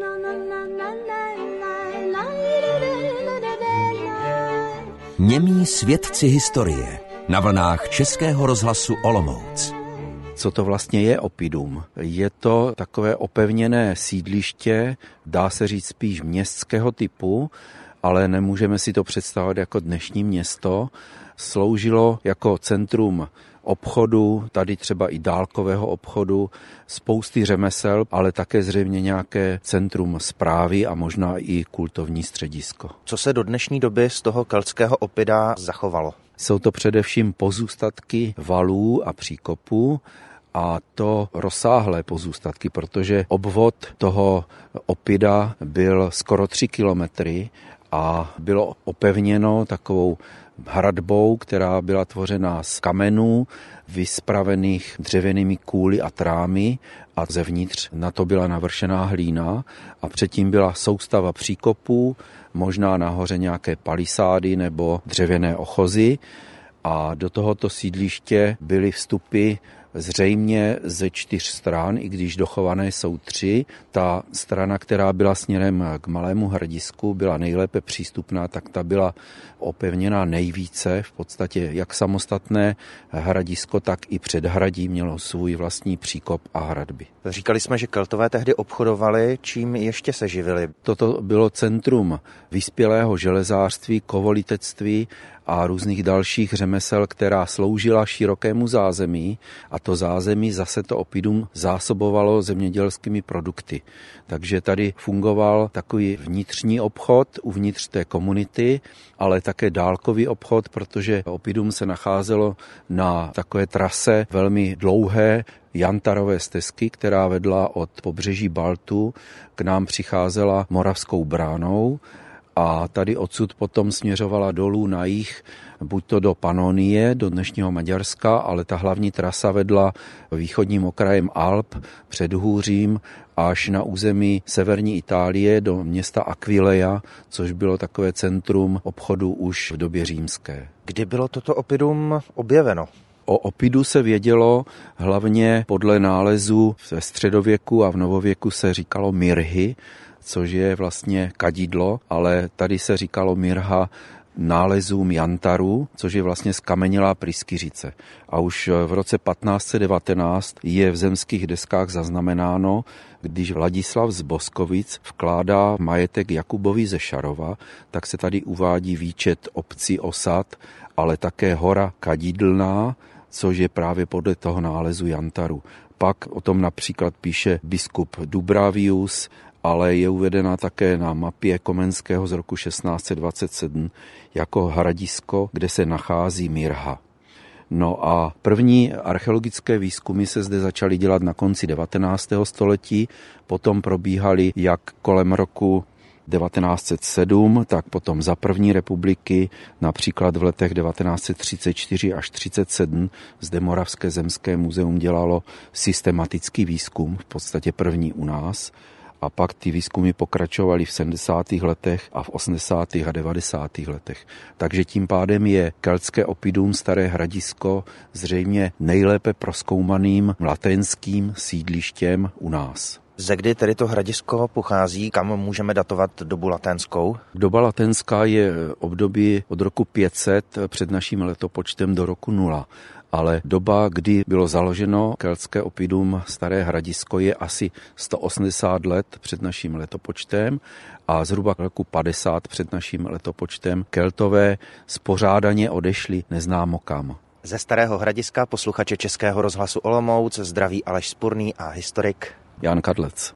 Němí svědci historie na vlnách Českého rozhlasu Olomouc. Co to vlastně je oppidum? Je to takové opevněné sídliště, dá se říct spíš městského typu, ale nemůžeme si to představit jako dnešní město. Sloužilo jako centrum obchodu, tady třeba i dálkového obchodu, spousty řemesel, ale také zřejmě nějaké centrum správy a možná i kultovní středisko. Co se do dnešní doby z toho keltského oppida zachovalo? Jsou to především pozůstatky valů a příkopů, a to rozsáhlé pozůstatky, protože obvod toho oppida byl skoro 3 kilometry a bylo opevněno takovou hradbou, která byla tvořena z kamenů, vyspravených dřevěnými kůly a trámy a zevnitř na to byla navršená hlína a předtím byla soustava příkopů, možná nahoře nějaké palisády nebo dřevěné ochozy a do tohoto sídliště byly vstupy zřejmě ze 4 stran, i když dochované jsou 3. Ta strana, která byla směrem k Malému Hradisku, byla nejlépe přístupná, tak ta byla opevněna nejvíce. V podstatě jak samostatné hradisko, tak i předhradí mělo svůj vlastní příkop a hradby. Říkali jsme, že Keltové tehdy obchodovali, čím ještě se živili? Toto bylo centrum vyspělého železářství, kovolitectví a různých dalších řemesel, která sloužila širokému zázemí a to zázemí zase to oppidum zásobovalo zemědělskými produkty. Takže tady fungoval takový vnitřní obchod uvnitř té komunity, ale také dálkový obchod, protože oppidum se nacházelo na takové trase velmi dlouhé jantarové stezky, která vedla od pobřeží Baltu, k nám přicházela Moravskou bránou a tady odsud potom směřovala dolů na jih, buď to do Panonie, do dnešního Maďarska, ale ta hlavní trasa vedla východním okrajem Alp, Předhůřím, až na území severní Itálie do města Aquileia, což bylo takové centrum obchodu už v době římské. Kdy bylo toto oppidum objeveno? O oppidu se vědělo hlavně podle nálezů ve středověku a v novověku se říkalo mirhy, což je vlastně kadidlo, ale tady se říkalo mirha nálezům jantaru, což je vlastně skamenělá pryskyřice. A už v roce 1519 je v zemských deskách zaznamenáno, když Vladislav z Boskovic vkládá majetek Jakubovi ze Šarova, tak se tady uvádí výčet obcí osad, ale také hora Kadidlná, což je právě podle toho nálezu jantaru. Pak o tom například píše biskup Dubravius, ale je uvedena také na mapě Komenského z roku 1627 jako hradisko, kde se nachází mirha. No a první archeologické výzkumy se zde začaly dělat na konci 19. století, potom probíhaly jak kolem roku 1907, tak potom za první republiky, například v letech 1934 až 1937 zde Moravské zemské muzeum dělalo systematický výzkum, v podstatě první u nás. A pak ty výzkumy pokračovaly v 70. letech a v 80. a 90. letech. Takže tím pádem je keltské oppidum Staré Hradisko zřejmě nejlépe prozkoumaným latenským sídlištěm u nás. Ze kdy tedy to hradisko pochází, kam můžeme datovat dobu laténskou? Doba latenská je období od roku 500 před naším letopočtem do roku 0. Ale doba, kdy bylo založeno keltské oppidum Staré Hradisko, je asi 180 let před naším letopočtem a zhruba roku 50 před naším letopočtem Keltové spořádaně odešli neznámo kam. Ze Starého Hradiska posluchače Českého rozhlasu Olomouc zdraví Aleš Spurný a historik Jan Kadlec.